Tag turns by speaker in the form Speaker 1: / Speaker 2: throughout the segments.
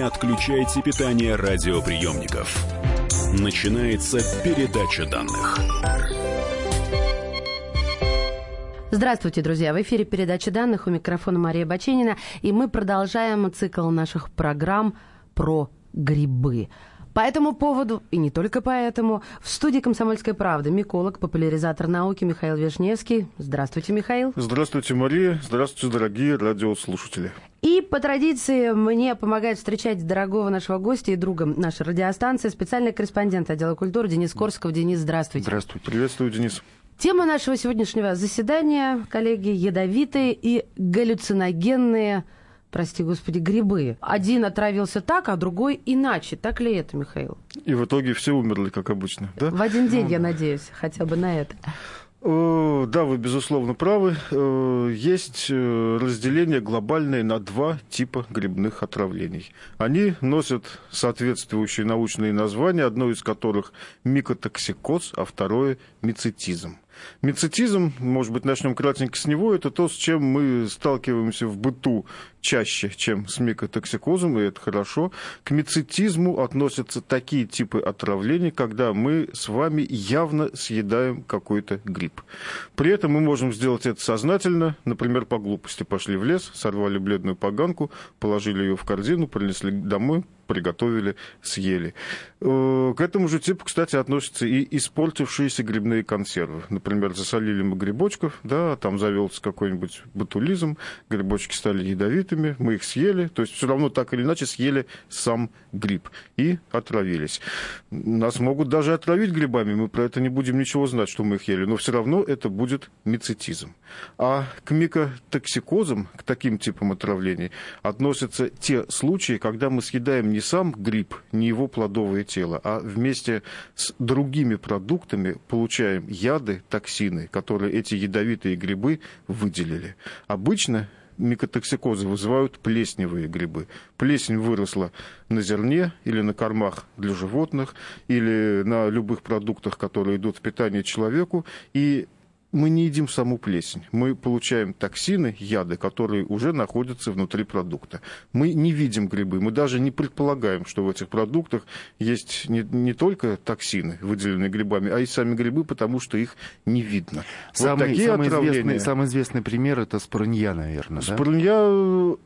Speaker 1: отключайте питание радиоприемников. Начинается передача данных.
Speaker 2: Здравствуйте, друзья! В эфире передача данных, у микрофона Мария Баченина, и мы продолжаем цикл наших программ про грибы. По этому поводу, и не только поэтому, в студии «Комсомольской правды» миколог, популяризатор науки Михаил Вишневский. Здравствуйте, Михаил.
Speaker 3: Здравствуйте, Мария. Здравствуйте, дорогие радиослушатели.
Speaker 2: И по традиции мне помогает встречать дорогого нашего гостя и друга нашей радиостанции специальный корреспондент отдела культуры Денис Корсаков. Денис, здравствуйте.
Speaker 3: Здравствуйте. Приветствую, Денис.
Speaker 2: Тема нашего сегодняшнего заседания, коллеги, ядовитые и галлюциногенные, прости господи, грибы. Один отравился так, а другой иначе. Так ли это, Михаил?
Speaker 3: И в итоге все умерли, как обычно, да?
Speaker 2: В один день, я надеюсь, хотя бы на это.
Speaker 3: Да, вы, безусловно, правы. Есть разделение глобальное на два типа грибных отравлений. Они носят соответствующие научные названия, одно из которых микотоксикоз, а второе мицетизм. Мицетизм, может быть, начнем кратенько с него, это то, с чем мы сталкиваемся в быту чаще, чем с микотоксикозом, и это хорошо. К мицетизму относятся такие типы отравлений, когда мы с вами явно съедаем какой-то гриб. При этом мы можем сделать это сознательно, например, по глупости пошли в лес, сорвали бледную поганку, положили ее в корзину, принесли домой, приготовили, съели. К этому же типу, кстати, относятся и испортившиеся грибные консервы. Например, засолили мы грибочков, да, там завелся какой-нибудь ботулизм, грибочки стали ядовитыми, мы их съели, то есть все равно так или иначе съели сам гриб и отравились. Нас могут даже отравить грибами, мы про это не будем ничего знать, что мы их ели, но все равно это будет мицетизм. А к микотоксикозам, к таким типам отравлений, относятся те случаи, когда мы съедаем не сам гриб, не его плодовое тело, а вместе с другими продуктами получаем яды, токсины, которые эти ядовитые грибы выделили. Обычно микотоксикозы вызывают плесневые грибы. Плесень выросла на зерне или на кормах для животных, или на любых продуктах, которые идут в питание человеку, и мы не едим саму плесень. Мы получаем токсины, яды, которые уже находятся внутри продукта. Мы не видим грибы, мы даже не предполагаем, что в этих продуктах есть не только токсины, выделенные грибами, а и сами грибы, потому что их не видно.
Speaker 4: Самый известный пример — это спорынья, наверное.
Speaker 3: Спорынья,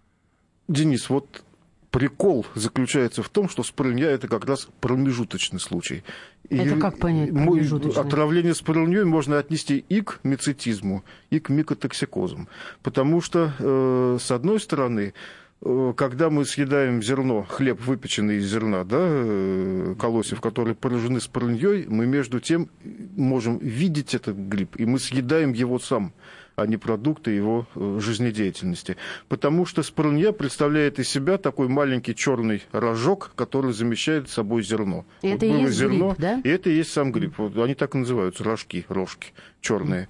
Speaker 3: Денис, вот прикол заключается в том, что спорынья — это как раз промежуточный случай.
Speaker 2: Это как понять промежуточный?
Speaker 3: Отравление спорыньей можно отнести и к мицетизму, и к микотоксикозам. Потому что, с одной стороны, когда мы съедаем зерно, хлеб, выпеченный из зерна, да, колосьев, которые поражены спорыньей, мы между тем можем видеть этот гриб, и мы съедаем его сам, а не продукты его жизнедеятельности. Потому что спорынья представляет из себя такой маленький черный рожок, который замещает собой зерно.
Speaker 2: И вот это и есть
Speaker 3: зерно,
Speaker 2: гриб, да?
Speaker 3: И это и есть сам гриб. Вот они так и называются, рожки черные.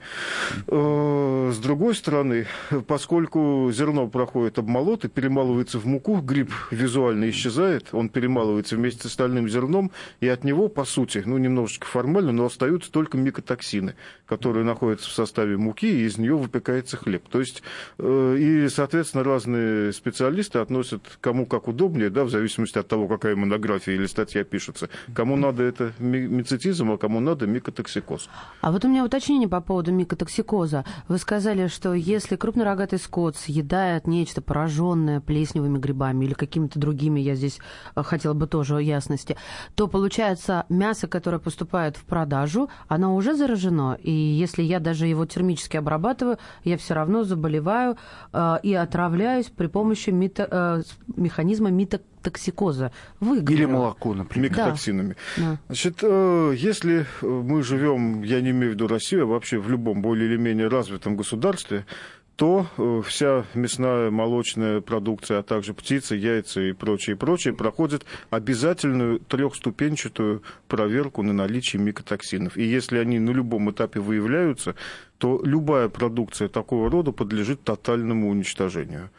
Speaker 3: С другой стороны, поскольку зерно проходит обмолот и перемалывается в муку, гриб визуально исчезает, он перемалывается вместе с остальным зерном, и от него, по сути, немножечко формально, но остаются только микотоксины, которые находятся в составе муки, и из нее выпекается хлеб. То есть, и, соответственно, разные специалисты относят кому как удобнее, да, в зависимости от того, какая монография или статья пишется. Кому надо это мицетизм, а кому надо микотоксикоз.
Speaker 2: А вот у меня уточнение по поводу микотоксикоза. Вы сказали, что если крупнорогатый скот съедает нечто, пораженное плесневыми грибами или какими-то другими, я здесь хотела бы тоже ясности, то, получается, мясо, которое поступает в продажу, оно уже заражено, и если я даже его термически обрабатываю, я все равно заболеваю и отравляюсь при помощи механизма микотоксикоза.
Speaker 4: Или молоко, например.
Speaker 3: Микотоксинами.
Speaker 2: Да.
Speaker 3: Значит, если мы живем, я не имею в виду Россию, а вообще в любом более или менее развитом государстве, то вся мясная, молочная продукция, а также птица, яйца и прочее проходит обязательную трехступенчатую проверку на наличие микотоксинов. И если они на любом этапе выявляются, то любая продукция такого рода подлежит тотальному уничтожению.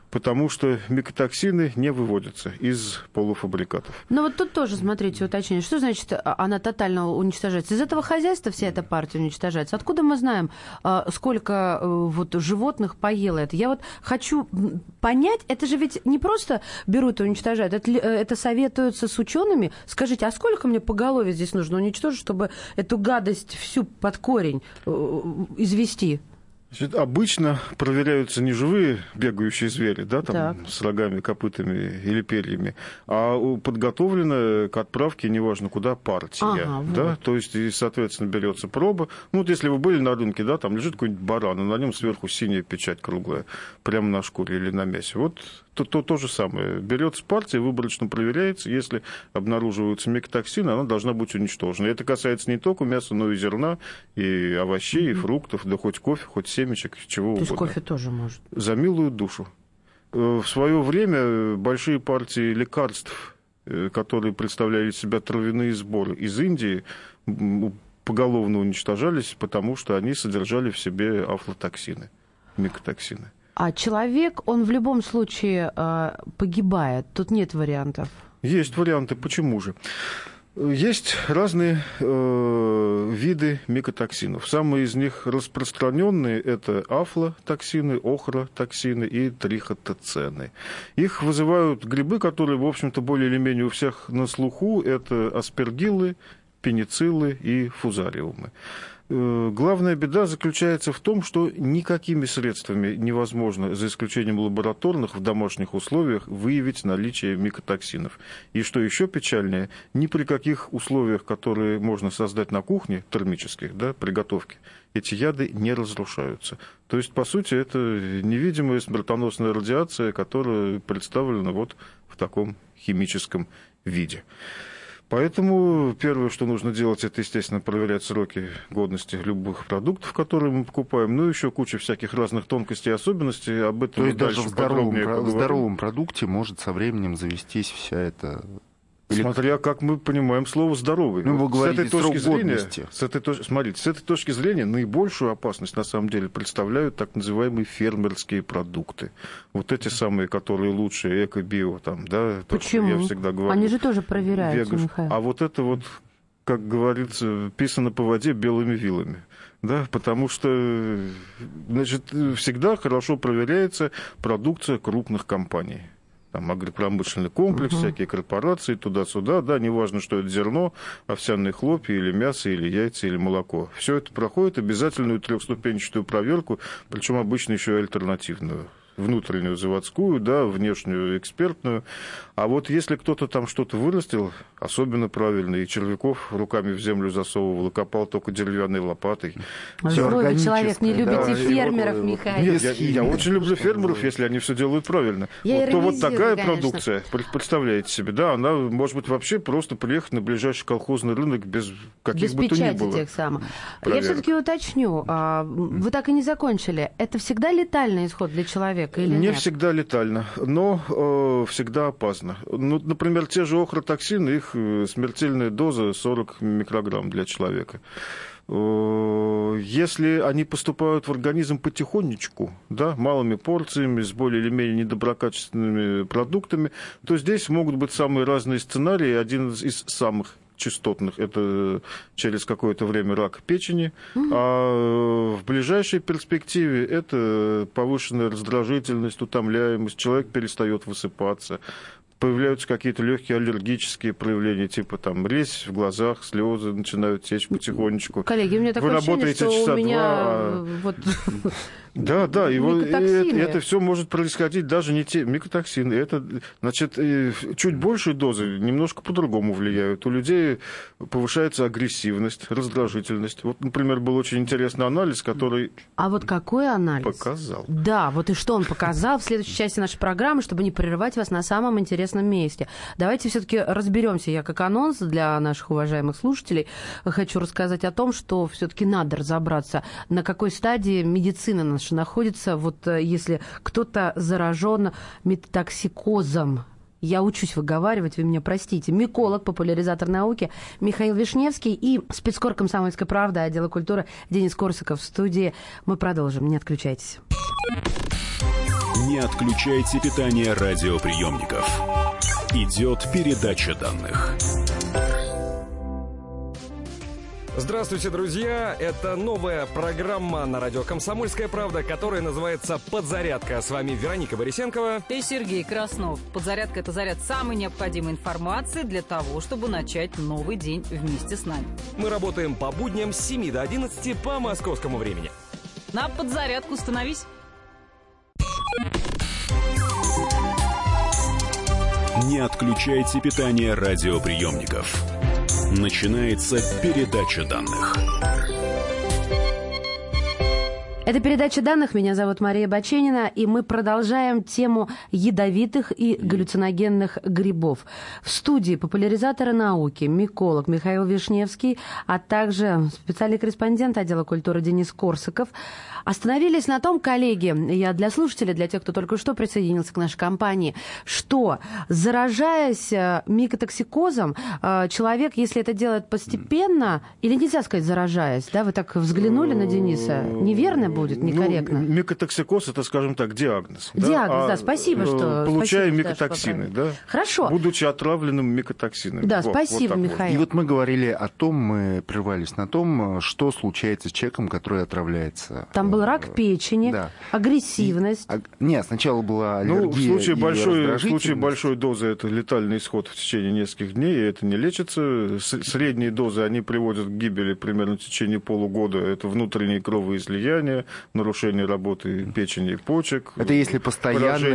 Speaker 3: потому что микотоксины не выводятся из полуфабрикатов.
Speaker 2: Но вот тут тоже, смотрите, уточнение. Что значит, она тотально уничтожается? Из этого хозяйства вся эта партия уничтожается? Откуда мы знаем, сколько вот животных поело это? Я вот хочу понять, это же ведь не просто берут и уничтожают, это советуются с учеными. Скажите, а сколько мне поголовья здесь нужно уничтожить, чтобы эту гадость всю под корень извести?
Speaker 3: Значит, обычно проверяются не живые бегающие звери, да, там, с рогами, копытами или перьями, а подготовленная к отправке, неважно куда, партия. Да? Вот. То есть, и, соответственно, берется проба. Ну, вот если вы были на рынке, да, там лежит какой-нибудь баран, и на нем сверху синяя печать круглая, прямо на шкуре или на мясе. Вот то же самое. Берется партия, выборочно проверяется. Если обнаруживаются микотоксины, она должна быть уничтожена. И это касается не только мяса, но и зерна, и овощей, и фруктов, да хоть кофе, хоть семечек, чего угодно.
Speaker 2: То есть кофе тоже может? За
Speaker 3: милую душу. В свое время большие партии лекарств, которые представляли из себя травяные сборы из Индии, поголовно уничтожались, потому что они содержали в себе афлотоксины, микотоксины.
Speaker 2: А человек, он в любом случае погибает. Тут нет вариантов.
Speaker 3: Есть варианты. Почему же? Есть разные виды микотоксинов. Самые из них распространенные – это афлотоксины, охротоксины и трихотоцены. Их вызывают грибы, которые, в общем-то, более или менее у всех на слуху. Это аспергиллы, пенициллы и фузариумы. Главная беда заключается в том, что никакими средствами невозможно, за исключением лабораторных, в домашних условиях, выявить наличие микотоксинов. И что еще печальнее, ни при каких условиях, которые можно создать на кухне, термических, да, приготовки, эти яды не разрушаются. То есть, по сути, это невидимая смертоносная радиация, которая представлена вот в таком химическом виде. Поэтому первое, что нужно делать, это, естественно, проверять сроки годности любых продуктов, которые мы покупаем. Ну, еще куча всяких разных тонкостей и особенностей. Об этом мы дальше подробнее поговорим.
Speaker 4: В здоровом продукте может со временем завестись вся эта...
Speaker 3: Смотря как мы понимаем слово «здоровый».
Speaker 4: Ну, вы говорите,
Speaker 3: с этой точки зрения наибольшую опасность, на самом деле, представляют так называемые фермерские продукты. Вот эти самые, которые лучше эко-био, там, да, то,
Speaker 2: почему?
Speaker 3: Что я всегда говорю.
Speaker 2: Они же тоже проверяются, Михаил.
Speaker 3: А вот это вот, как говорится, писано по воде белыми вилами. Да, потому что, значит, всегда хорошо проверяется продукция крупных компаний. Там агропромышленный комплекс, всякие корпорации, туда-сюда, да, неважно, что это зерно, овсяные хлопья, или мясо, или яйца, или молоко. Все это проходит обязательную трехступенчатую проверку, причем обычно еще и альтернативную. Внутреннюю заводскую, да, внешнюю экспертную. А вот если кто-то там что-то вырастил, особенно правильно, и червяков руками в землю засовывал, и копал только деревянной лопатой.
Speaker 2: Вы человек, не любите фермеров, Михаил.
Speaker 3: Нет, я очень люблю фермеров, если они все делают правильно. То вот такая продукция, представляете себе, да, она может быть вообще просто приехать на ближайший колхозный рынок без каких бы то ни было.
Speaker 2: Тех самых. Я все-таки уточню, вы так и не закончили. Это всегда летальный исход для человека?
Speaker 3: Не всегда летально, но всегда опасно. Ну, например, те же охротоксины, их смертельная доза 40 микрограмм для человека. Если они поступают в организм потихонечку, да, малыми порциями, с более или менее недоброкачественными продуктами, то здесь могут быть самые разные сценарии. Один из самых частотных – это через какое-то время рак печени, а в ближайшей перспективе это повышенная раздражительность, утомляемость, человек перестает высыпаться, появляются какие-то легкие аллергические проявления, типа там резь в глазах, слезы начинают течь потихонечку.
Speaker 2: Коллеги, у меня такое ощущение, что у меня вот...
Speaker 3: Да, и это все может происходить даже не те микотоксины. Это, значит, чуть большие дозы немножко по-другому влияют. У людей повышается агрессивность, раздражительность. Вот, например, был очень интересный анализ, который...
Speaker 2: А вот какой анализ?
Speaker 3: Показал.
Speaker 2: Да, вот и что он показал в следующей части нашей программы, чтобы не прерывать вас на самом интересном месте. Давайте все-таки разберемся. Я как анонс для наших уважаемых слушателей хочу рассказать о том, что все-таки надо разобраться, на какой стадии медицина наша находится, вот если кто-то заражен метатоксикозом. Я учусь выговаривать, вы меня простите. Миколог, популяризатор науки Михаил Вишневский и спецкор «Комсомольской правды» отдела культуры Денис Корсаков в студии. Мы продолжим, не отключайтесь.
Speaker 1: Не Не отключайте питание радиоприемников. Идет передача данных.
Speaker 5: Здравствуйте, друзья! Это новая программа на радио «Комсомольская правда», которая называется «Подзарядка». С вами Вероника Борисенкова
Speaker 6: и Сергей Краснов. Подзарядка – это заряд самой необходимой информации для того, чтобы начать новый день вместе с нами.
Speaker 5: Мы работаем по будням с 7 до 11 по московскому времени.
Speaker 6: На подзарядку становись.
Speaker 1: Не отключайте питание радиоприемников. Начинается передача данных.
Speaker 2: Это передача данных. Меня зовут Мария Баченина, и мы продолжаем тему ядовитых и галлюциногенных грибов. В студии популяризаторы науки, миколог Михаил Вишневский, а также специальный корреспондент отдела культуры Денис Корсаков. Остановились на том, коллеги, я для слушателей, для тех, кто только что присоединился к нашей компании, что, заражаясь микотоксикозом, человек, если это делает постепенно, или нельзя сказать заражаясь, да, вы так взглянули на Дениса, неверно будет, некорректно?
Speaker 3: Ну, микотоксикоз – это, скажем так, диагноз.
Speaker 2: Диагноз, да, спасибо, что...
Speaker 3: Получая
Speaker 2: спасибо,
Speaker 3: микотоксины, да?
Speaker 2: Хорошо.
Speaker 3: Будучи отравленным микотоксинами.
Speaker 2: Да, спасибо, вот Михаил.
Speaker 4: И вот мы говорили о том, мы прервались на том, что случается с человеком, который отравляется.
Speaker 2: Там был рак печени, да. Агрессивность.
Speaker 4: Нет, сначала была аллергия.
Speaker 3: В случае большой дозы это летальный исход в течение нескольких дней, и это не лечится. Средние дозы, они приводят к гибели примерно в течение полугода. Это внутренние кровоизлияния, нарушение работы печени и почек.
Speaker 4: Это если постоянно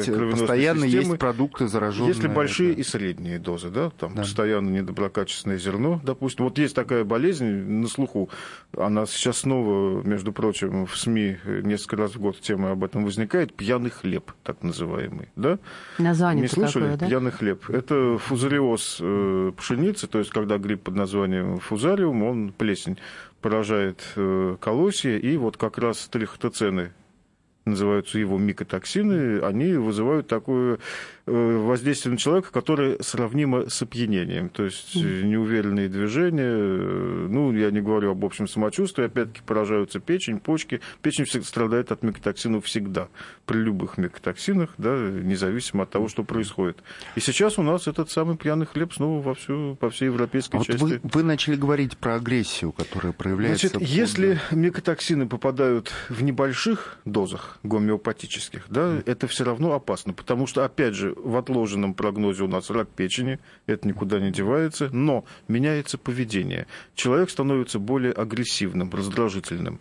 Speaker 4: есть продукты зараженные.
Speaker 3: Если большие и средние дозы, да, там постоянно недоброкачественное зерно, допустим. Вот есть такая болезнь на слуху, она сейчас снова, между прочим, в СМИ несколько раз в год тема об этом возникает, пьяный хлеб, так называемый, да?
Speaker 2: Название
Speaker 3: не слышали?
Speaker 2: Такое, да?
Speaker 3: Пьяный хлеб. Это фузариоз пшеницы, то есть когда гриб под названием фузариум, он плесень поражает колосья, и вот как раз трихотоцены, называются его микотоксины, они вызывают такое воздействие на человека, которое сравнимо с опьянением. То есть неуверенные движения, ну, я не говорю об общем самочувствии, опять-таки поражаются печень, почки. Печень страдает от микотоксинов всегда, при любых микотоксинах, да, независимо от того, что происходит. И сейчас у нас этот самый пьяный хлеб снова по всей европейской части.
Speaker 4: Вы начали говорить про агрессию, которая проявляется.
Speaker 3: Значит, если микотоксины попадают в небольших дозах, гомеопатических, да, это все равно опасно, потому что, опять же, в отложенном прогнозе у нас рак печени, это никуда не девается, но меняется поведение. Человек становится более агрессивным, раздражительным.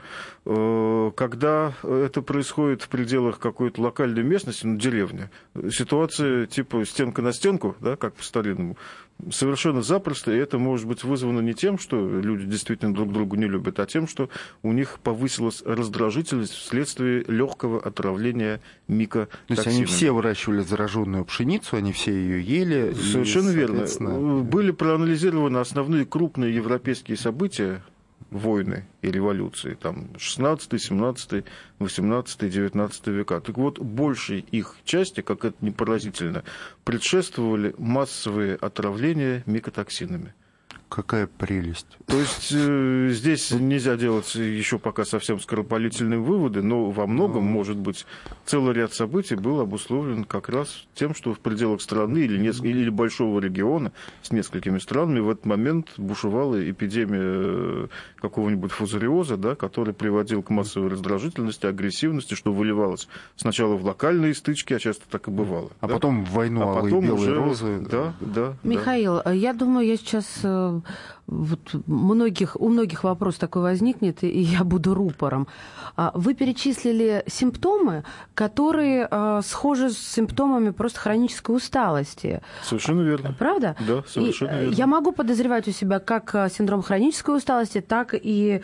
Speaker 3: Когда это происходит в пределах какой-то локальной местности, ну, деревня, ситуация типа стенка на стенку, да, как по-старинному, совершенно запросто, и это может быть вызвано не тем, что люди действительно друг друга не любят, а тем, что у них повысилась раздражительность вследствие легкого отравления микотоксинами.
Speaker 4: То есть они все выращивали зараженную пшеницу, они все ее ели.
Speaker 3: Совершенно верно. Были проанализированы основные крупные европейские события, войны и революции, там 16, 17, 18, 19 века. Так вот, большей их части, как это не поразительно, предшествовали массовые отравления микотоксинами.
Speaker 4: Какая прелесть.
Speaker 3: То есть здесь нельзя делать еще пока совсем скоропалительные выводы, но во многом, может быть, целый ряд событий был обусловлен как раз тем, что в пределах страны или большого региона с несколькими странами в этот момент бушевала эпидемия какого-нибудь фузариоза, да, который приводил к массовой раздражительности, агрессивности, что выливалось сначала в локальные стычки, а часто так и бывало.
Speaker 4: А да? Потом в войну алые белые розы.
Speaker 3: Да.
Speaker 2: Михаил, я думаю, я сейчас... Вот у многих вопрос такой возникнет, и я буду рупором. Вы перечислили симптомы, которые схожи с симптомами просто хронической усталости.
Speaker 3: Совершенно верно.
Speaker 2: Правда?
Speaker 3: Да, совершенно верно.
Speaker 2: Я могу подозревать у себя как синдром хронической усталости, так и...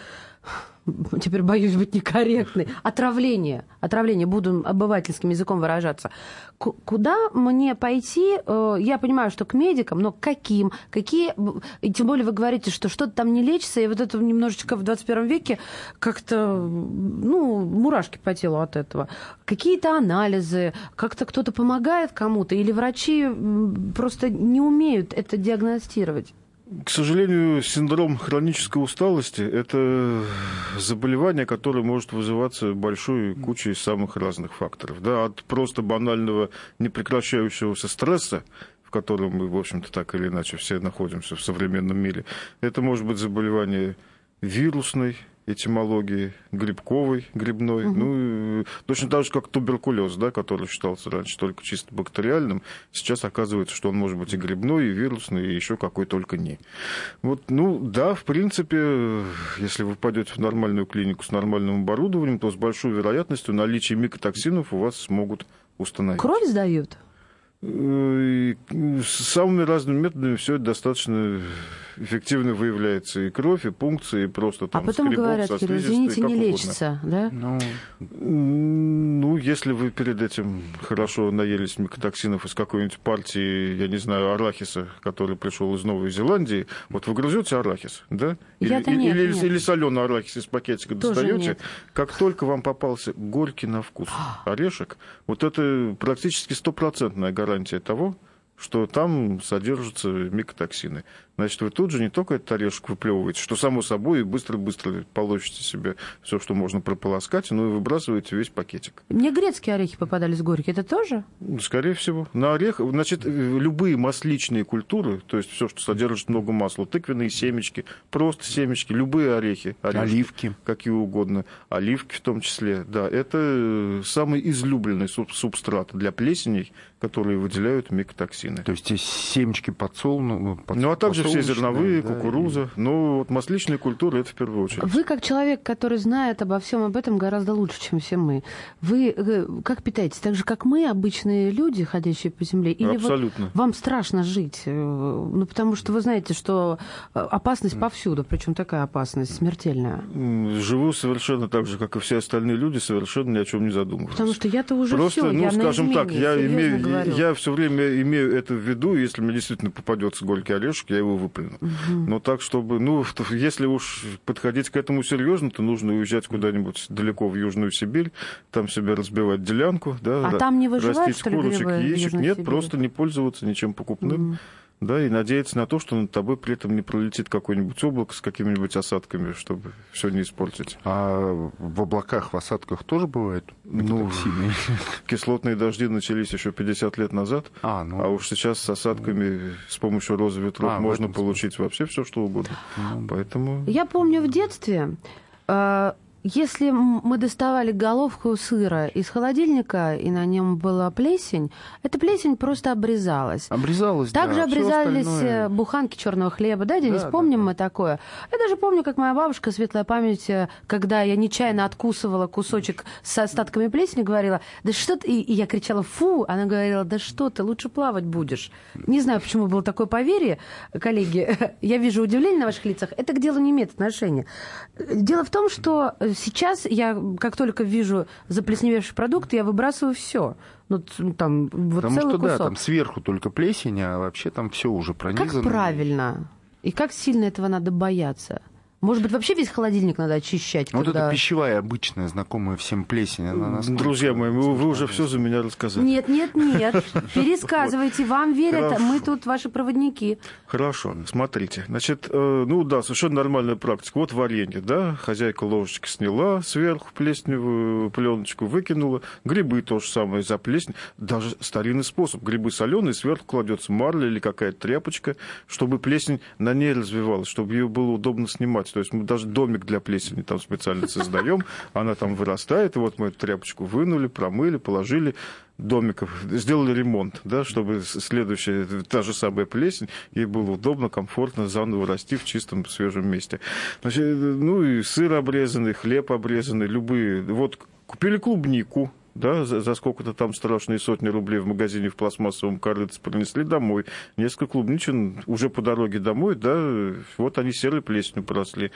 Speaker 2: Теперь боюсь быть некорректной. Отравление. Буду обывательским языком выражаться. Куда мне пойти? Я понимаю, что к медикам, но каким? Какие? И тем более вы говорите, что что-то там не лечится, и вот это немножечко в 21 веке как-то, мурашки по телу от этого. Какие-то анализы, как-то кто-то помогает кому-то, или врачи просто не умеют это диагностировать?
Speaker 3: К сожалению, синдром хронической усталости – это заболевание, которое может вызываться большой кучей самых разных факторов. Да, от просто банального непрекращающегося стресса, в котором мы, в общем-то, так или иначе все находимся в современном мире. Это может быть заболевание вирусной этимологии, грибковой, грибной. Ну, точно так же, как туберкулез, да, который считался раньше только чисто бактериальным. Сейчас оказывается, что он может быть и грибной, и вирусный, и еще какой только не. Вот, ну, да, в принципе, если вы пойдете в нормальную клинику с нормальным оборудованием, то с большой вероятностью наличие микотоксинов у вас смогут установить.
Speaker 2: Кровь сдают?
Speaker 3: Самыми разными методами все это достаточно эффективно выявляется. И кровь, и пункции, и просто там
Speaker 2: потом
Speaker 3: скребок,
Speaker 2: говорят, Кирилл, извините, не лечится, да?
Speaker 3: Ну, если вы перед этим хорошо наелись микотоксинов из какой-нибудь партии, я не знаю, арахиса, который пришел из Новой Зеландии, вот вы грызете арахис, да? Или соленый арахис из пакетика достаете. Как только вам попался горький на вкус орешек, вот это практически 100% гарантия того, что там содержатся микотоксины. Значит, вы тут же не только этот орешек выплевываете, что само собой и быстро-быстро получите себе все, что можно прополоскать, но и выбрасываете весь пакетик.
Speaker 2: Мне грецкие орехи попадались горькие, это тоже?
Speaker 3: Скорее всего. На орех, значит, любые масличные культуры, то есть все, что содержит много масла, тыквенные семечки, просто семечки, любые орехи,
Speaker 4: оливки,
Speaker 3: какие угодно, оливки в том числе, да, это самый излюбленный субстрат для плесеней, которые выделяют микотоксины.
Speaker 4: То есть семечки подсолнуха,
Speaker 3: а также все зерновые, кукуруза. Но вот масличные культуры это в первую очередь.
Speaker 2: Вы, как человек, который знает обо всем об этом гораздо лучше, чем все мы, вы как питаетесь? Так же, как мы, обычные люди, ходящие по земле? Или
Speaker 3: абсолютно.
Speaker 2: Вот вам страшно жить? Ну, потому что вы знаете, что опасность повсюду, причем такая опасность смертельная.
Speaker 3: Живу совершенно так же, как и все остальные люди, совершенно ни о чем не задумываюсь.
Speaker 2: Потому что я-то уже
Speaker 3: просто,
Speaker 2: все, я
Speaker 3: скажем
Speaker 2: на измене,
Speaker 3: так, я все время имею это в виду, если мне действительно попадется горький орешек, я его выплюну. Но так, чтобы... если уж подходить к этому серьезно, то нужно уезжать куда-нибудь далеко в Южную Сибирь, там себе разбивать делянку, да,
Speaker 2: там не выживают,
Speaker 3: растить курочек, яичек. Нет, просто не пользоваться ничем покупным. Да, и надеяться на то, что над тобой при этом не пролетит какое-нибудь облако с какими-нибудь осадками, чтобы все не испортить.
Speaker 4: А в облаках, в осадках тоже бывают микотоксины?
Speaker 3: Кислотные дожди начались еще 50 лет назад, а уж сейчас с осадками с помощью розы ветров можно получить вообще все, что угодно. Поэтому...
Speaker 2: Я помню в детстве... Если мы доставали головку сыра из холодильника, и на нем была плесень, эта плесень просто обрезалась. Также обрезались буханки черного хлеба, да, Денис? Помним мы такое? Я даже помню, как моя бабушка, светлая память, когда я нечаянно откусывала кусочек с остатками плесени, говорила, да что ты... И я кричала, фу! Она говорила, да что ты, лучше плавать будешь. Не знаю, почему было такое поверье, коллеги. Я вижу удивление на ваших лицах. Это к делу не имеет отношения. Дело в том, что сейчас я, как только вижу заплесневевший продукт, я выбрасываю все. Там вот
Speaker 4: потому
Speaker 2: целый
Speaker 4: что,
Speaker 2: кусок.
Speaker 4: Да, там сверху только плесень, а вообще там все уже пронизано.
Speaker 2: Как правильно? И как сильно этого надо бояться? Может быть, вообще весь холодильник надо очищать?
Speaker 4: Вот это пищевая, обычная, знакомая всем плесень.
Speaker 3: Друзья мои, вы уже все за меня рассказали.
Speaker 2: Нет. Пересказывайте, вам верят, мы тут ваши проводники.
Speaker 3: Хорошо, смотрите. Значит, совершенно нормальная практика. Вот варенье, да, хозяйка ложечкой сняла сверху плесневую пленочку, выкинула. Грибы то же самое, заплесневели. Даже старинный способ. Грибы соленые, сверху кладется марля или какая-то тряпочка, чтобы плесень на ней развивалась, чтобы ее было удобно снимать. То есть мы даже домик для плесени там специально создаем, она там вырастает, и вот мы эту тряпочку вынули, промыли, положили домиков, сделали ремонт, да, чтобы следующая, та же самая плесень, ей было удобно, комфортно заново расти в чистом, свежем месте. Значит, и сыр обрезанный, хлеб обрезанный, любые. Вот купили клубнику, да, за сколько-то там страшные сотни рублей в магазине в пластмассовом корыце принесли домой. Несколько клубничин уже по дороге домой, да, вот они серой плесенью поросли.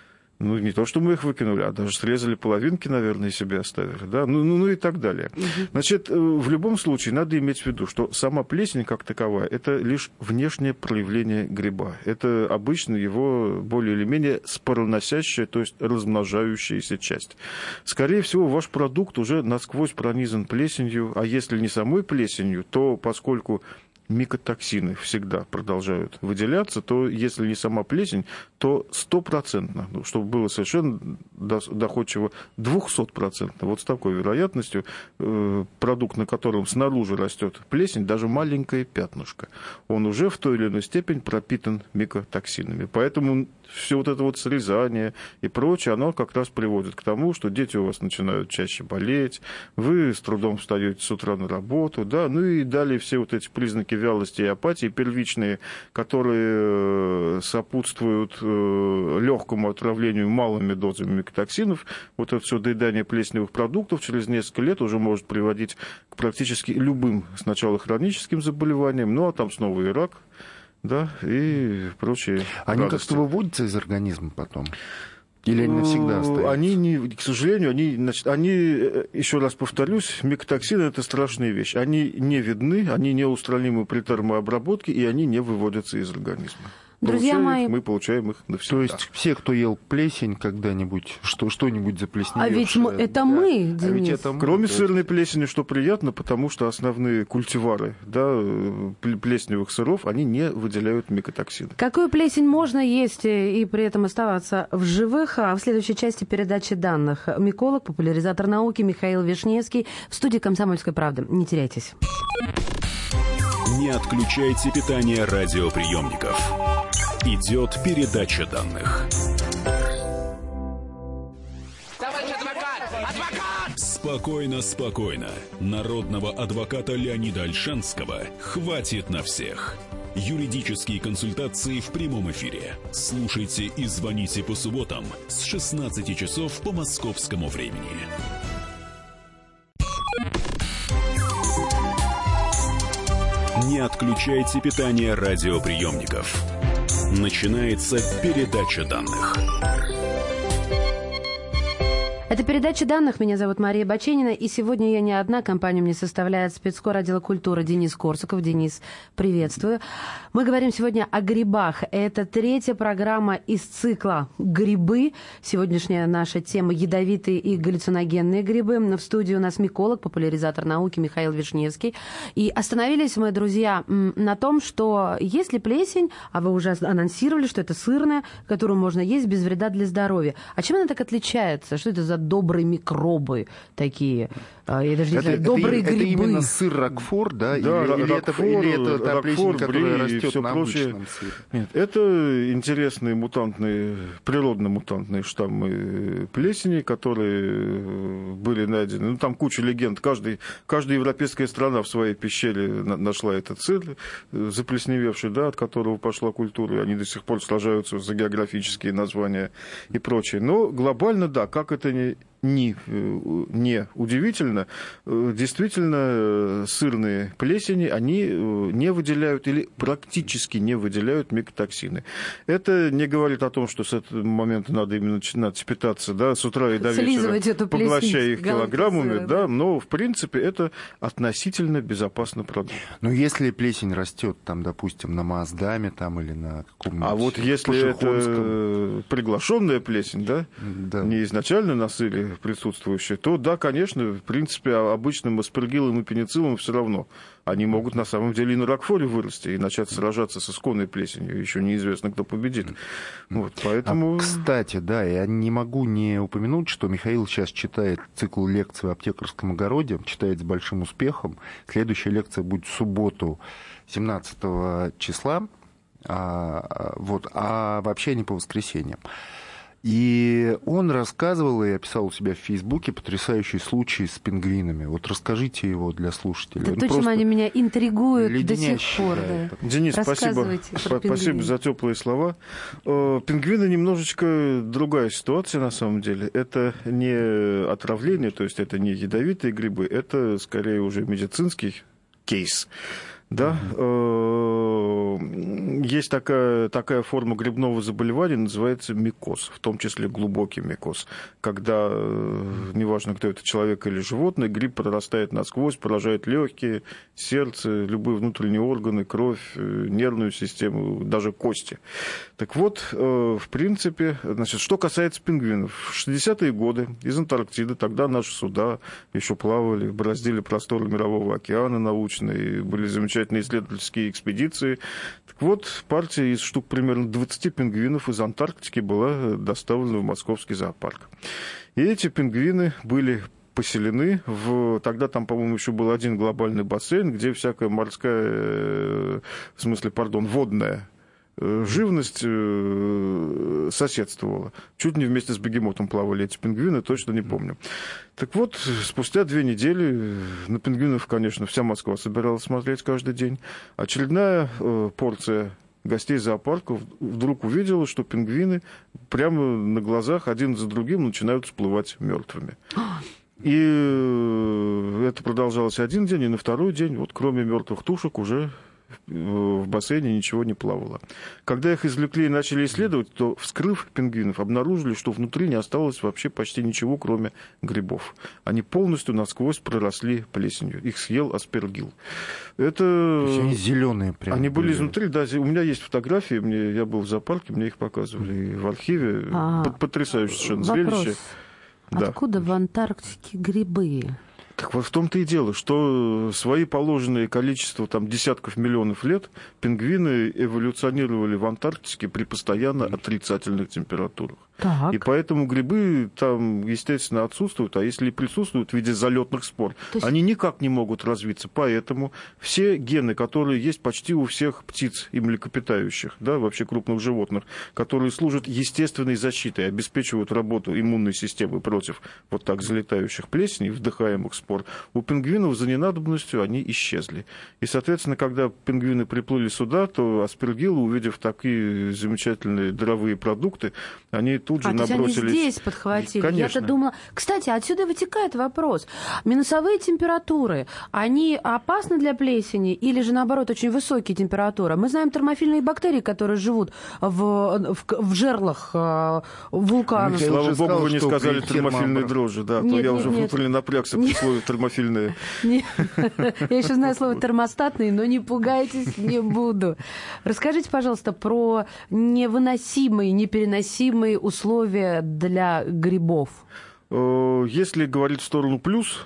Speaker 3: Не то, что мы их выкинули, а даже срезали половинки, наверное, и себе оставили, да, и так далее. Значит, в любом случае надо иметь в виду, что сама плесень как таковая – это лишь внешнее проявление гриба. Это обычно его более или менее спороносящая, то есть размножающаяся часть. Скорее всего, ваш продукт уже насквозь пронизан плесенью, а если не самой плесенью, то поскольку микотоксины всегда продолжают выделяться, то если не сама плесень, то 100%, чтобы было совершенно доходчиво, 200%. Вот с такой вероятностью продукт, на котором снаружи растет плесень, даже маленькое пятнышко, он уже в той или иной степени пропитан микотоксинами. Поэтому все вот это вот срезание и прочее, оно как раз приводит к тому, что дети у вас начинают чаще болеть, вы с трудом встаете с утра на работу, да, ну и далее все вот эти признаки вялости и апатии первичные, которые сопутствуют легкому отравлению малыми дозами микотоксинов, вот это все доедание плесневых продуктов через несколько лет уже может приводить к практически любым сначала хроническим заболеваниям, ну а там снова и рак, да, и прочие
Speaker 4: Они
Speaker 3: радости.
Speaker 4: как-то выводятся из организма потом? Или они навсегда остаются?
Speaker 3: Они не, к сожалению, они, еще раз повторюсь, микотоксины – это страшная вещь. Они не видны, они неустранимы при термообработке, и они не выводятся из организма.
Speaker 2: Друзья мои,
Speaker 3: мы получаем их навсегда.
Speaker 4: То есть все, кто ел плесень когда-нибудь, что-нибудь заплесневевшее...
Speaker 2: А ведь это мы, Денис.
Speaker 4: А ведь это мы.
Speaker 3: Кроме сырной плесени, что приятно, потому что основные культивары, да, плесневых сыров, они не выделяют микотоксины.
Speaker 2: Какую плесень можно есть и при этом оставаться в живых? А в следующей части передачи данных миколог, популяризатор науки Михаил Вишневский в студии «Комсомольской правды». Не теряйтесь.
Speaker 1: Не отключайте питание радиоприемников. Идет передача данных.
Speaker 7: Товарищ адвокат! Адвокат!
Speaker 1: Спокойно, спокойно. Народного адвоката Леонида Ольшанского хватит на всех. Юридические консультации в прямом эфире. Слушайте и звоните по субботам с 16 часов по московскому времени. Не отключайте питание радиоприемников. Начинается передача данных.
Speaker 2: Это передача данных. Меня зовут Мария Баченина. И сегодня я не одна. Компанию мне составляет спецкор отдела культуры Денис Корсаков. Денис, приветствую. Мы говорим сегодня о грибах. Это третья программа из цикла «Грибы». Сегодняшняя наша тема – ядовитые и галлюциногенные грибы. В студии у нас миколог, популяризатор науки Михаил Вишневский. И остановились мы, друзья, на том, что если плесень, а вы уже анонсировали, что это сырная, которую можно есть без вреда для здоровья. А чем она так отличается? Что это за добрые микробы такие? Я даже не знаю, добрые грибы.
Speaker 4: Это именно сыр Рокфор, да?
Speaker 3: Да,
Speaker 4: или это та плесень, которая растет на обычном сыре?
Speaker 3: Нет, это интересные мутантные, природно-мутантные штаммы плесени, которые были найдены. Ну, там куча легенд. Каждая европейская страна в своей пещере нашла этот сыр, заплесневевший, да, от которого пошла культура, и они до сих пор сражаются за географические названия и прочее. Но глобально, да, как это не удивительно, действительно сырные плесени, они не выделяют или практически не выделяют микотоксины. Это не говорит о том, что с этого момента надо именно начинать питаться, да, с утра и до вечера, поглощая их килограммами, да, но в принципе это относительно безопасный продукт.
Speaker 4: Но если плесень растет, там, допустим, на Маасдаме там, или на каком-нибудь...
Speaker 3: А вот если это приглашенная плесень, да, не изначально на сыре присутствующие, то да, конечно, в принципе, обычным аспаргиллом и пенициллом все равно. Они могут на самом деле и на Рокфоре вырасти и начать сражаться с исконной плесенью. Еще неизвестно, кто победит. Вот, поэтому...
Speaker 4: Кстати, да, я не могу не упомянуть, что Михаил сейчас читает цикл лекций в аптекарском огороде, читает с большим успехом. Следующая лекция будет в субботу, 17 числа, а вообще не по воскресеньям. И он рассказывал и описал у себя в Фейсбуке потрясающий случай с пингвинами. Вот расскажите его для слушателей.
Speaker 2: Это то, чем они меня интригуют до сих пор. Да.
Speaker 3: Денис, спасибо за теплые слова. Пингвины немножечко другая ситуация на самом деле. Это не отравление, то есть это не ядовитые грибы, это скорее уже медицинский кейс. Да, есть такая форма грибного заболевания, называется микоз, в том числе глубокий микоз, когда, неважно, кто это, человек или животное, гриб прорастает насквозь, поражает легкие, сердце, любые внутренние органы, кровь, нервную систему, даже кости. Так вот, в принципе, значит, что касается пингвинов. В 60-е годы из Антарктиды, тогда наши суда еще плавали, бороздили просторы Мирового океана научные, были замечательные замечательные исследовательские экспедиции. Так вот, партия из штук примерно 20 пингвинов из Антарктики была доставлена в московский зоопарк. И эти пингвины были поселены тогда там, по-моему, еще был один глобальный бассейн, где всякая морская, водная живность соседствовала. Чуть не вместе с бегемотом плавали эти пингвины, точно не помню. Так вот, спустя 2 недели на пингвинов, конечно, вся Москва собиралась смотреть каждый день. Очередная порция гостей зоопарка вдруг увидела, что пингвины прямо на глазах один за другим начинают всплывать мертвыми. И это продолжалось 1 день, и на 2-й день, вот кроме мертвых тушек, уже в бассейне ничего не плавало. Когда их извлекли и начали исследовать, то, вскрыв пингвинов, обнаружили, что внутри не осталось вообще почти ничего, кроме грибов. Они полностью насквозь проросли плесенью. Их съел аспергилл. Это...
Speaker 4: То есть они зеленые прям.
Speaker 3: Они были изнутри, да. У меня есть фотографии, я был в зоопарке, мне их показывали в архиве. Потрясающее совершенно зрелище.
Speaker 2: Да. Откуда в Антарктике грибы?
Speaker 3: Так вот в том-то и дело, что свои положенные количество десятков миллионов лет пингвины эволюционировали в Антарктике при постоянно отрицательных температурах.
Speaker 2: Так.
Speaker 3: И поэтому грибы там, естественно, отсутствуют, а если и присутствуют в виде залетных спор, они никак не могут развиться. Поэтому все гены, которые есть почти у всех птиц и млекопитающих, да, вообще крупных животных, которые служат естественной защитой, обеспечивают работу иммунной системы против вот так залетающих плесеней, вдыхаемых спор, у пингвинов за ненадобностью они исчезли. И, соответственно, когда пингвины приплыли сюда, то аспергиллы, увидев такие замечательные дровые продукты, они тут же набросились.
Speaker 2: Они здесь подхватили.
Speaker 3: Конечно.
Speaker 2: Я-то думала... Кстати, отсюда вытекает вопрос. Минусовые температуры, они опасны для плесени или же, наоборот, очень высокие температуры? Мы знаем термофильные бактерии, которые живут в жерлах вулканов.
Speaker 3: Слава богу, вы не сказали термофильные дрожжи. Да, то я уже внутренне напрягся при слове термофильные. Я
Speaker 2: еще знаю слово термостатные, но не пугайтесь, не буду. Расскажите, пожалуйста, про невыносимые, непереносимые условия для грибов.
Speaker 3: Если говорить в сторону плюс,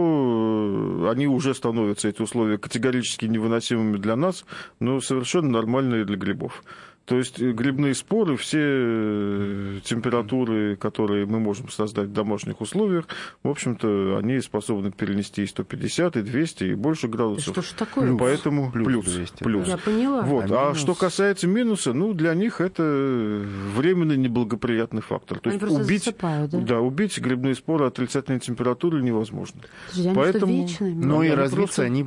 Speaker 3: то они уже становятся, эти условия, категорически невыносимыми для нас, но совершенно нормальные для грибов. То есть грибные споры, все температуры, которые мы можем создать в домашних условиях, в общем-то, они способны перенести и 150, и 200, и больше градусов.
Speaker 2: Что ж такое?
Speaker 3: Поэтому плюс.
Speaker 2: Я поняла.
Speaker 3: Вот. А что касается минуса, для них это временный неблагоприятный фактор. То
Speaker 2: они
Speaker 3: есть убить грибные споры отрицательной температуры невозможно.
Speaker 2: Поэтому...
Speaker 4: Но и развиться они,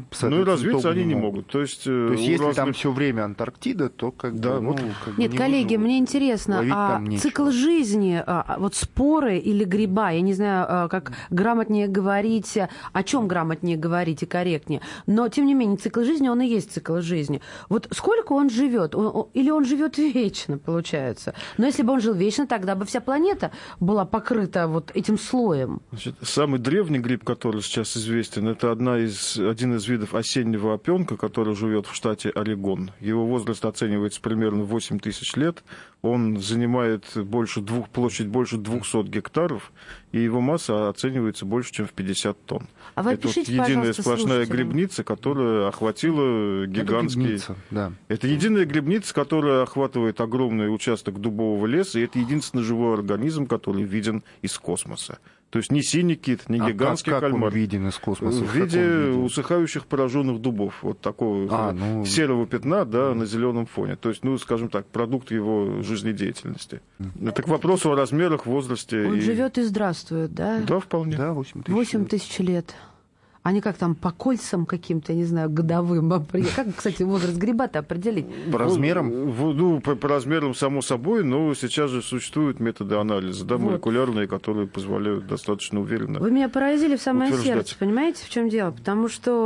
Speaker 3: не могут. То есть
Speaker 4: если там все время Антарктида, то
Speaker 2: Нет, коллеги, мне интересно, цикл жизни, вот споры или гриба, я не знаю, как грамотнее говорить, о чем грамотнее говорить и корректнее, но, тем не менее, цикл жизни, он и есть цикл жизни. Вот сколько он живет? Или он живет вечно, получается? Но если бы он жил вечно, тогда бы вся планета была покрыта вот этим слоем.
Speaker 3: Значит, самый древний гриб, который сейчас известен, это один из видов осеннего опенка, который живет в штате Орегон. Его возраст оценивается примерно 8 тысяч лет, он занимает площадь больше 200 гектаров, и его масса оценивается больше, чем в 50 тонн.
Speaker 2: А вы
Speaker 3: это
Speaker 2: опишите,
Speaker 3: единая сплошная грибница, которая охватила гигантский... Это единая грибница, которая охватывает огромный участок дубового леса, и это единственный живой организм, который виден из космоса. То есть ни синий кит, ни гигантский кальмар.
Speaker 4: Как он виден из космоса?
Speaker 3: В виде усыхающих пораженных дубов. Вот такого серого пятна, на зеленом фоне. То есть, скажем так, продукт его жизнедеятельности. Это к вопросу о размерах, возрасте.
Speaker 2: Он живет и здравствует, да?
Speaker 3: Да, вполне.
Speaker 4: Да,
Speaker 2: 8 тысяч лет. Они как там, по кольцам каким-то, я не знаю, годовым. Как, кстати, возраст гриба-то определить?
Speaker 4: По размерам?
Speaker 3: По размерам, само собой, но сейчас же существуют методы анализа, молекулярные, которые позволяют достаточно уверенно.
Speaker 2: Вы меня поразили в самое сердце, понимаете, в чем дело? Потому что,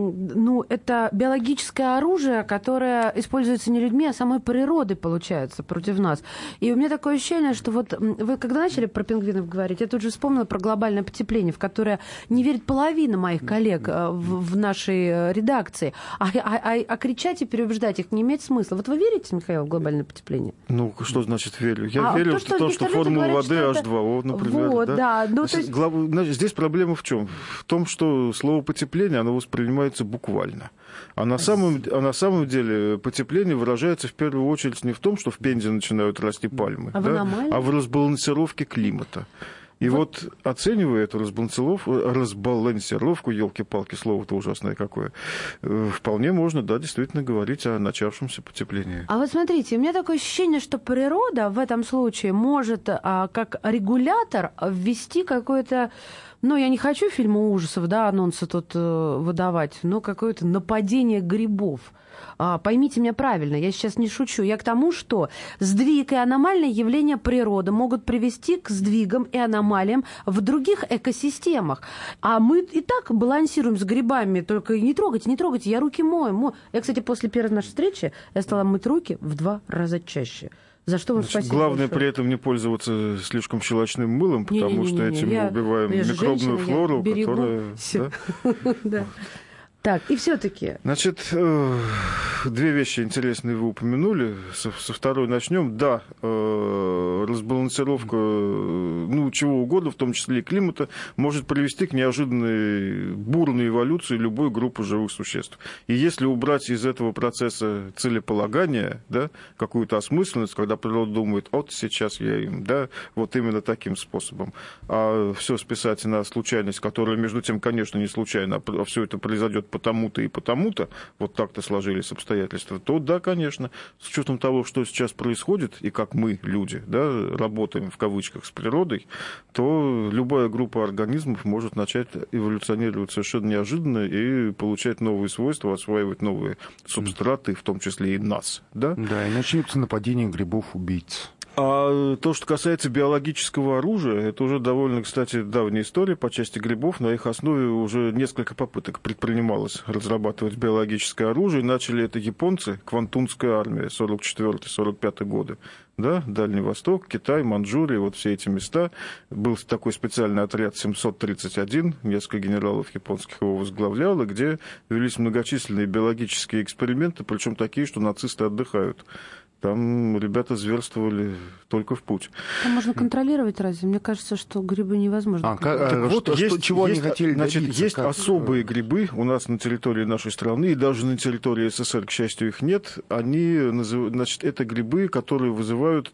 Speaker 2: это биологическое оружие, которое используется не людьми, а самой природой, получается, против нас. И у меня такое ощущение, что вот вы когда начали про пингвинов говорить, я тут же вспомнила про глобальное потепление, в которое не верит половина моих моих коллег в нашей редакции. А кричать и переубеждать их не имеет смысла. Вот вы верите, Михаил, в глобальное потепление?
Speaker 3: Ну, что значит верю? Я верю в то, что формула воды H2O, например.
Speaker 2: Вот, да. Ну,
Speaker 3: значит, здесь проблема в чем? В том, что слово потепление, оно воспринимается буквально. А на самом деле потепление выражается в первую очередь не в том, что в Пензе начинают расти пальмы, а в разбалансировке климата. И вот оценивая эту разбалансировку, елки-палки, слово-то ужасное какое, вполне можно, да, действительно говорить о начавшемся потеплении.
Speaker 2: А вот смотрите, у меня такое ощущение, что природа в этом случае может как регулятор ввести какое-то, ну, я не хочу фильмы ужасов, да, анонсы тут выдавать, но какое-то нападение грибов. Поймите меня правильно, я сейчас не шучу. Я к тому, что сдвиг и аномальные явления природы могут привести к сдвигам и аномалиям в других экосистемах. А мы и так балансируем с грибами, только не трогайте, я руки мою. Я, кстати, после первой нашей встречи я стала мыть руки в 2 раза чаще. За что вам спасибо
Speaker 3: главное
Speaker 2: большое.
Speaker 3: При этом не пользоваться слишком щелочным мылом, потому что этим мы убиваем микробную флору, которая...
Speaker 2: Да? Так, и все-таки.
Speaker 3: Значит, 2 вещи интересные вы упомянули. Со второй начнем. Да, разбалансировка, ну, чего угодно, в том числе и климата, может привести к неожиданной бурной эволюции любой группы живых существ. И если убрать из этого процесса целеполагания, да, какую-то осмысленность, когда природа думает, вот сейчас я им, да, вот именно таким способом, а все списать на случайность, которая, между тем, конечно, не случайно, а все это произойдет потому-то и потому-то, вот так-то сложились обстоятельства, то да, конечно, с учетом того, что сейчас происходит, и как мы, люди, да, работаем в кавычках с природой, то любая группа организмов может начать эволюционировать совершенно неожиданно и получать новые свойства, осваивать новые субстраты, в том числе и нас. Да,
Speaker 4: да, и начнется нападение грибов-убийц.
Speaker 3: А то, что касается биологического оружия, это уже довольно, кстати, давняя история по части грибов. На их основе уже несколько попыток предпринималось разрабатывать биологическое оружие. Начали это японцы, Квантунская армия, 44-45 годы. Да, Дальний Восток, Китай, Манчжурия, вот все эти места. Был такой специальный отряд 731, несколько генералов японских его возглавляло, где велись многочисленные биологические эксперименты, причем такие, что нацисты отдыхают. Там ребята зверствовали только в путь.
Speaker 2: Там можно контролировать разве? Мне кажется, что грибы невозможно.
Speaker 4: Чего они хотели добиться?
Speaker 3: Есть особые грибы у нас на территории нашей страны, и даже на территории СССР, к счастью, их нет. Значит, это грибы, которые вызывают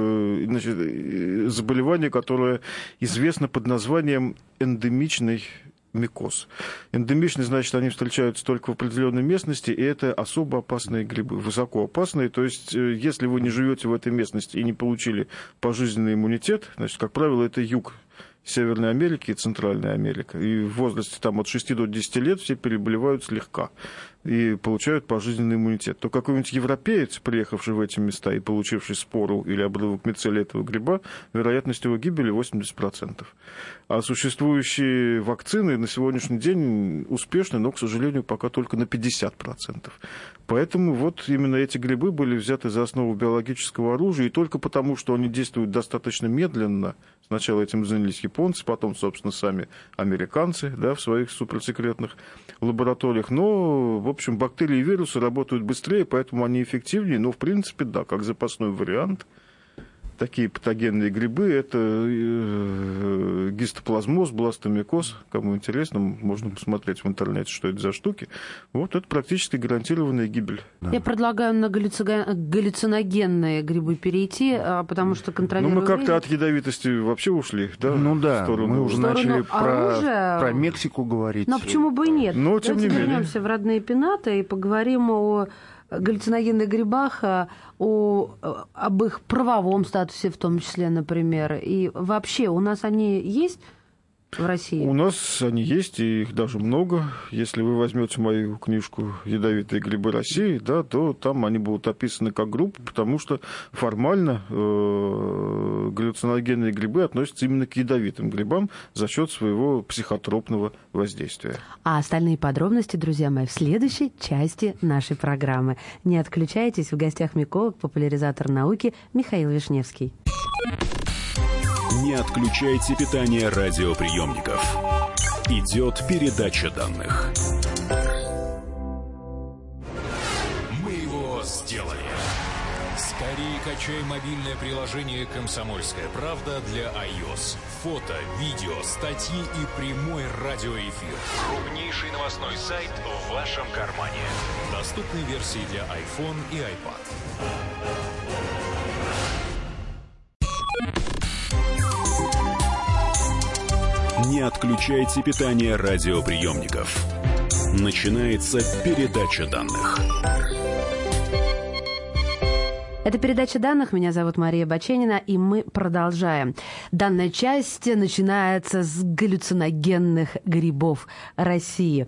Speaker 3: заболевание, которое известно под названием эндемичный микоз. Эндемичный, значит, они встречаются только в определенной местности, и это особо опасные грибы, высоко опасные. То есть, если вы не живете в этой местности и не получили пожизненный иммунитет, значит, как правило, это юг Северной Америки и Центральная Америка. И в возрасте там, от 6 до 10 лет все переболевают слегка и получают пожизненный иммунитет. То какой-нибудь европеец, приехавший в эти места и получивший спору или обрывок мицелия этого гриба, вероятность его гибели 80%. А существующие вакцины на сегодняшний день успешны, но, к сожалению, пока только на 50%. Поэтому вот именно эти грибы были взяты за основу биологического оружия, и только потому, что они действуют достаточно медленно. Сначала этим занялись японцы, потом, собственно, сами американцы, да, в своих суперсекретных лабораториях. Но, в общем, бактерии и вирусы работают быстрее, поэтому они эффективнее. Но, в принципе, да, как запасной вариант. Такие патогенные грибы – это гистоплазмоз, бластомикоз. Кому интересно, можно посмотреть в интернете, что это за штуки. Вот это практически гарантированная гибель.
Speaker 2: Я предлагаю на галлюциногенные грибы перейти, потому что контролируем...
Speaker 3: Ну, мы как-то от ядовитости вообще ушли, да?
Speaker 4: Ну да, мы уже начали про Мексику говорить.
Speaker 2: Но почему бы и нет?
Speaker 3: Но, тем не менее.
Speaker 2: Давайте вернемся в родные пенаты и поговорим о галлюциногенных грибах, об их правовом статусе в том числе, например. И вообще у нас они есть в России?
Speaker 3: У нас они есть, и их даже много. Если вы возьмете мою книжку «Ядовитые грибы России», да, то там они будут описаны как группа, потому что формально галлюциногенные грибы относятся именно к ядовитым грибам за счет своего психотропного воздействия.
Speaker 2: А остальные подробности, друзья мои, в следующей части нашей программы. Не отключайтесь, в гостях миколог, популяризатор науки Михаил Вишневский.
Speaker 1: Не отключайте питание радиоприемников. Идет передача данных.
Speaker 8: Мы его сделали. Скорее качай мобильное приложение «Комсомольская правда» для iOS. Фото, видео, статьи и прямой радиоэфир. Крупнейший новостной сайт в вашем кармане. Доступны версии для iPhone и iPad.
Speaker 1: Не отключайте питание радиоприемников. Начинается передача данных.
Speaker 2: Это передача данных. Меня зовут Мария Баченина, и мы продолжаем. Данная часть начинается с галлюциногенных грибов России.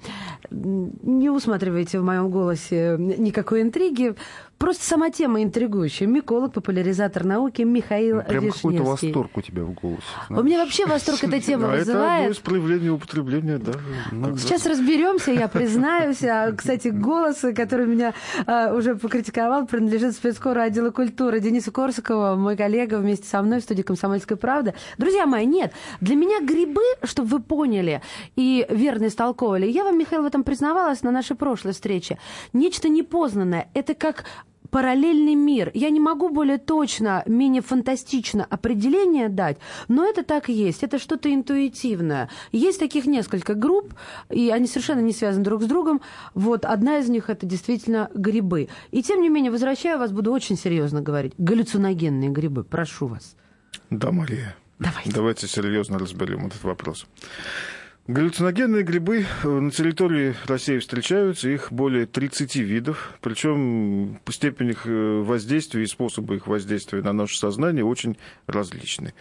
Speaker 2: Не усматривайте в моем голосе никакой интриги. Просто сама тема интригующая. Миколог, популяризатор науки Михаил Вишневский.
Speaker 4: Прям какой-то восторг у тебя в голосе.
Speaker 2: У меня вообще восторг эта тема вызывает.
Speaker 3: Это одно из проявлений употребления, да.
Speaker 2: Сейчас разберемся, я признаюсь. Кстати, голос, который меня уже покритиковал, принадлежит спецкору отдела культуры Денису Корсакову, мой коллега вместе со мной в студии «Комсомольская правда». Друзья мои, нет, для меня грибы, чтобы вы поняли и верно истолковали, я вам, Михаил, в этом признавалась на нашей прошлой встрече, нечто непознанное. Это как параллельный мир. Я не могу более точно, менее фантастично определение дать, но это так и есть. Это что-то интуитивное. Есть таких несколько групп, и они совершенно не связаны друг с другом. Вот одна из них — это действительно грибы. И тем не менее, возвращаю вас, буду очень серьезно говорить. Галлюциногенные грибы. Прошу вас.
Speaker 3: Да, Мария. Давайте серьезно разберем этот вопрос. Галлюциногенные грибы на территории России встречаются, их более 30 видов, причем степень их воздействия и способы их воздействия на наше сознание очень различны.